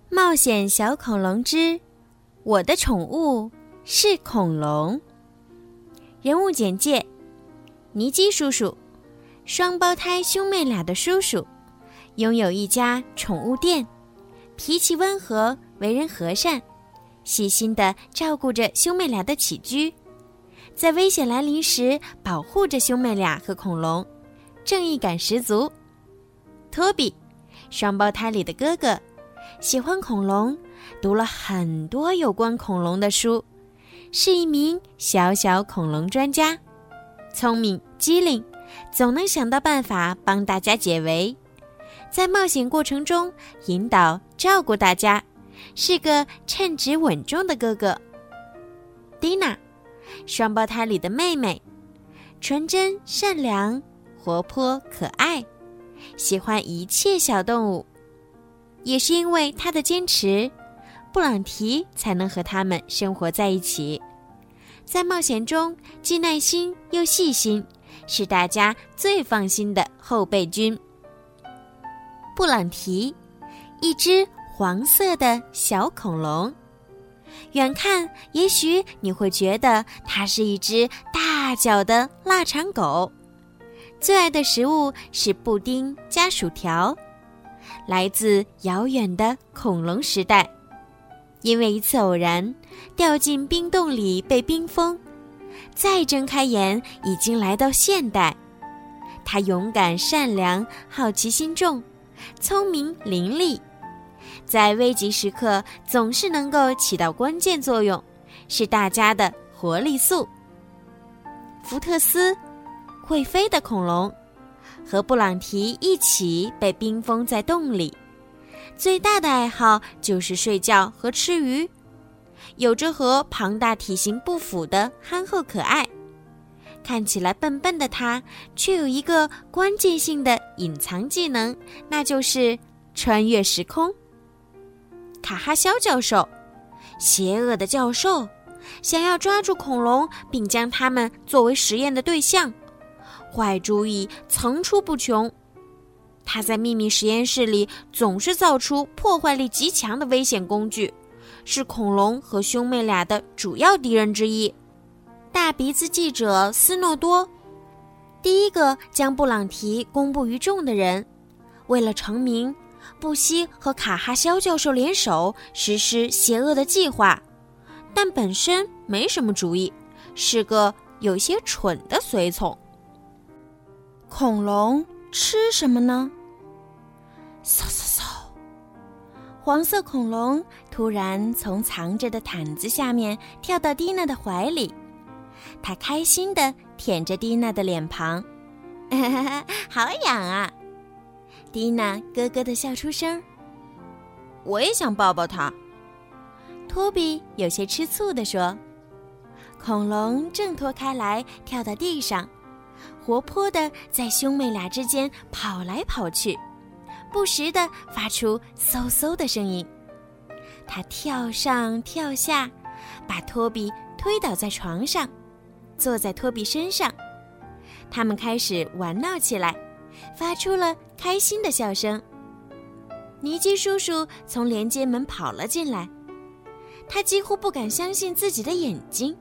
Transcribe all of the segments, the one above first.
冒险小恐龙之我的宠物是恐龙。人物简介：尼基叔叔，双胞胎兄妹俩的叔叔，拥有一家宠物店，脾气温和，为人和善，细心地照顾着兄妹俩的起居，在危险来临时保护着兄妹俩和恐龙，正义感十足。托比，双胞胎里的哥哥，喜欢恐龙，读了很多有关恐龙的书，是一名小恐龙专家，聪明机灵，总能想到办法帮大家解围，在冒险过程中引导照顾大家，是个称职稳重的哥哥。蒂娜，双胞胎里的妹妹，纯真善良，活泼可爱，喜欢一切小动物，也是因为她的坚持，布朗提才能和他们生活在一起。在冒险中既耐心又细心，是大家最放心的后备军。布朗提，一只黄色的小恐龙，远看也许你会觉得它是一只大脚的腊肠狗，最爱的食物是布丁加薯条，来自遥远的恐龙时代，因为一次偶然掉进冰洞里被冰封，再睁开眼已经来到现代。他勇敢善良，好奇心重，聪明伶俐，在危急时刻总是能够起到关键作用，是大家的活力素。福特斯，会飞的恐龙，和布朗提一起被冰封在洞里，最大的爱好就是睡觉和吃鱼，有着和庞大体型不符的憨厚可爱。看起来笨笨的他，却有一个关键性的隐藏技能，那就是穿越时空。卡哈肖教授，邪恶的教授，想要抓住恐龙并将它们作为实验的对象，坏主意层出不穷。他在秘密实验室里总是造出破坏力极强的危险工具，是恐龙和兄妹俩的主要敌人之一。大鼻子记者斯诺多，第一个将布朗提公布于众的人，为了成名，不惜和卡哈肖教授联手实施邪恶的计划，但本身没什么主意，是个有些蠢的随从。恐龙吃什么呢？嗖嗖嗖！黄色恐龙突然从藏着的毯子下面跳到蒂娜的怀里，他开心地舔着蒂娜的脸庞，好痒啊！蒂娜咯咯地笑出声。我也想抱抱他。托比有些吃醋地说。恐龙挣脱开来，跳到地上，活泼地在兄妹俩之间跑来跑去，不时地发出嗖嗖的声音。他跳上跳下，把托比推倒在床上，坐在托比身上。他们开始玩闹起来，发出了开心的笑声。尼基叔叔从连接门跑了进来，他几乎不敢相信自己的眼睛。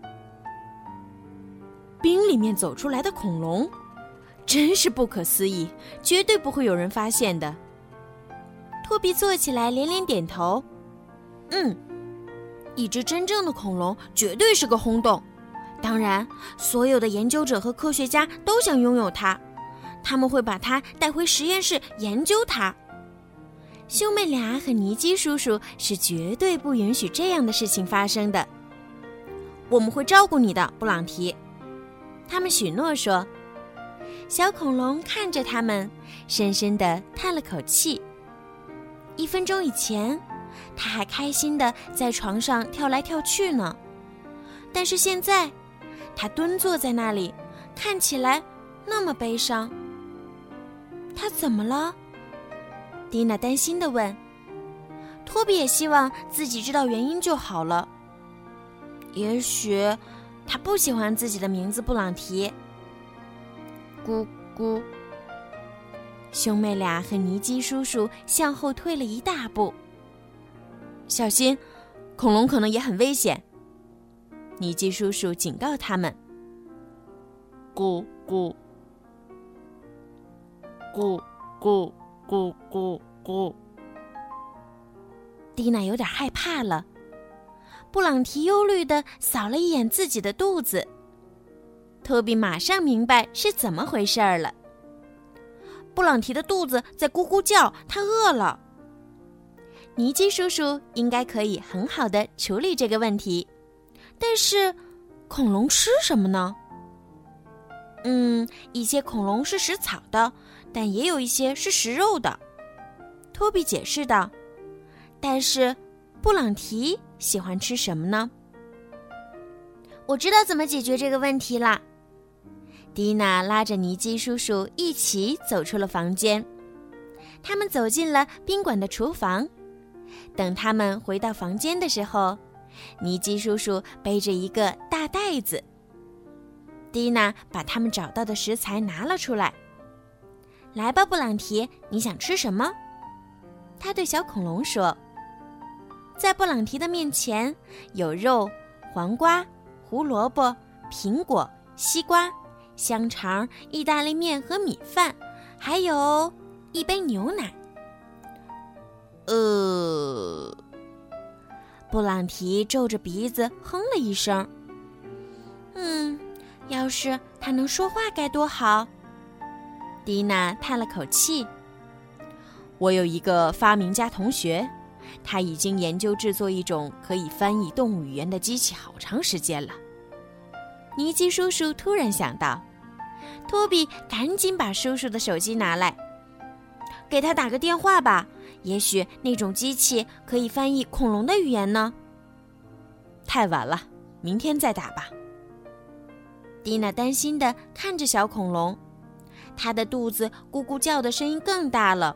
冰里面走出来的恐龙，真是不可思议，绝对不会有人发现的。托比坐起来连连点头。一只真正的恐龙绝对是个轰动，当然所有的研究者和科学家都想拥有它，他们会把它带回实验室研究它。兄妹俩和尼基叔叔是绝对不允许这样的事情发生的。我们会照顾你的，布朗提，他们许诺说。小恐龙看着他们，深深地叹了口气。1分钟以前，他还开心地在床上跳来跳去呢，但是现在他蹲坐在那里，看起来那么悲伤。他怎么了？蒂娜担心地问。托比也希望自己知道原因就好了。也许他不喜欢自己的名字布朗提。咕咕。兄妹俩和尼基叔叔向后退了一大步。 小心，恐龙可能也很危险。尼基叔叔警告他们。 咕咕咕咕咕咕咕。 蒂娜有点害怕了。布朗提忧虑地扫了一眼自己的肚子。托比马上明白是怎么回事了。布朗提的肚子在咕咕叫，他饿了。尼基叔叔应该可以很好地处理这个问题。但是恐龙吃什么呢？一些恐龙是食草的，但也有一些是食肉的。托比解释道。但是布朗提喜欢吃什么呢？我知道怎么解决这个问题啦。蒂娜拉着尼基叔叔一起走出了房间。他们走进了宾馆的厨房。等他们回到房间的时候，尼基叔叔背着一个大袋子。蒂娜把他们找到的食材拿了出来。来吧，布朗提，你想吃什么？他对小恐龙说。在布朗提的面前有肉、黄瓜、胡萝卜、苹果、西瓜、香肠、意大利面和米饭，还有一杯牛奶。布朗提皱着鼻子哼了一声。要是他能说话该多好。蒂娜叹了口气。我有一个发明家同学，他已经研究制作一种可以翻译动物语言的机器好长时间了。尼基叔叔突然想到。托比赶紧把叔叔的手机拿来。给他打个电话吧，也许那种机器可以翻译恐龙的语言呢。太晚了，明天再打吧。蒂娜担心地看着小恐龙，他的肚子咕咕叫的声音更大了。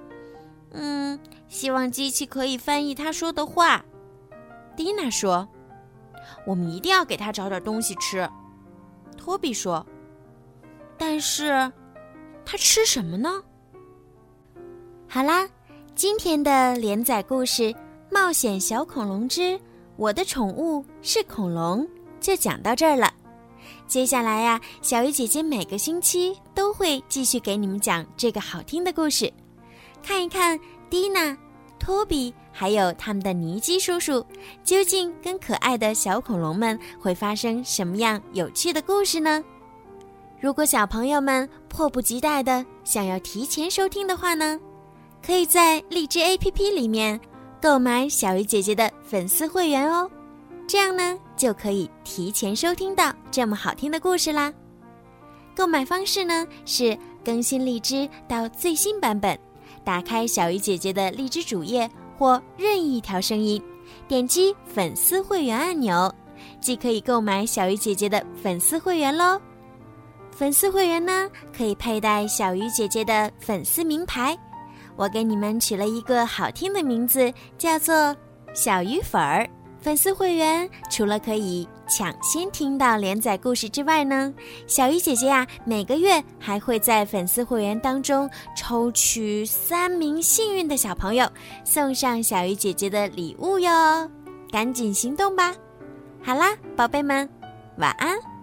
希望机器可以翻译他说的话。蒂娜说。我们一定要给他找点东西吃。托比说。但是他吃什么呢？好啦，今天的连载故事《冒险小恐龙之我的宠物是恐龙》就讲到这儿了。接下来呀，小鱼姐姐每个星期都会继续给你们讲这个好听的故事，看一看蒂娜、托比还有他们的尼基叔叔究竟跟可爱的小恐龙们会发生什么样有趣的故事呢？如果小朋友们迫不及待的想要提前收听的话呢，可以在荔枝 APP 里面购买小鱼姐姐的粉丝会员哦，这样呢就可以提前收听到这么好听的故事啦。购买方式呢是更新荔枝到最新版本，打开小鱼姐姐的荔枝主页或任意一条声音，点击粉丝会员按钮，即可以购买小鱼姐姐的粉丝会员咯。粉丝会员呢可以佩戴小鱼姐姐的粉丝名牌，我给你们取了一个好听的名字，叫做小鱼粉儿。粉丝会员除了可以抢先听到连载故事之外呢，小鱼姐姐呀，每个月还会在粉丝会员当中抽取3名幸运的小朋友，送上小鱼姐姐的礼物哟，赶紧行动吧。好啦，宝贝们，晚安。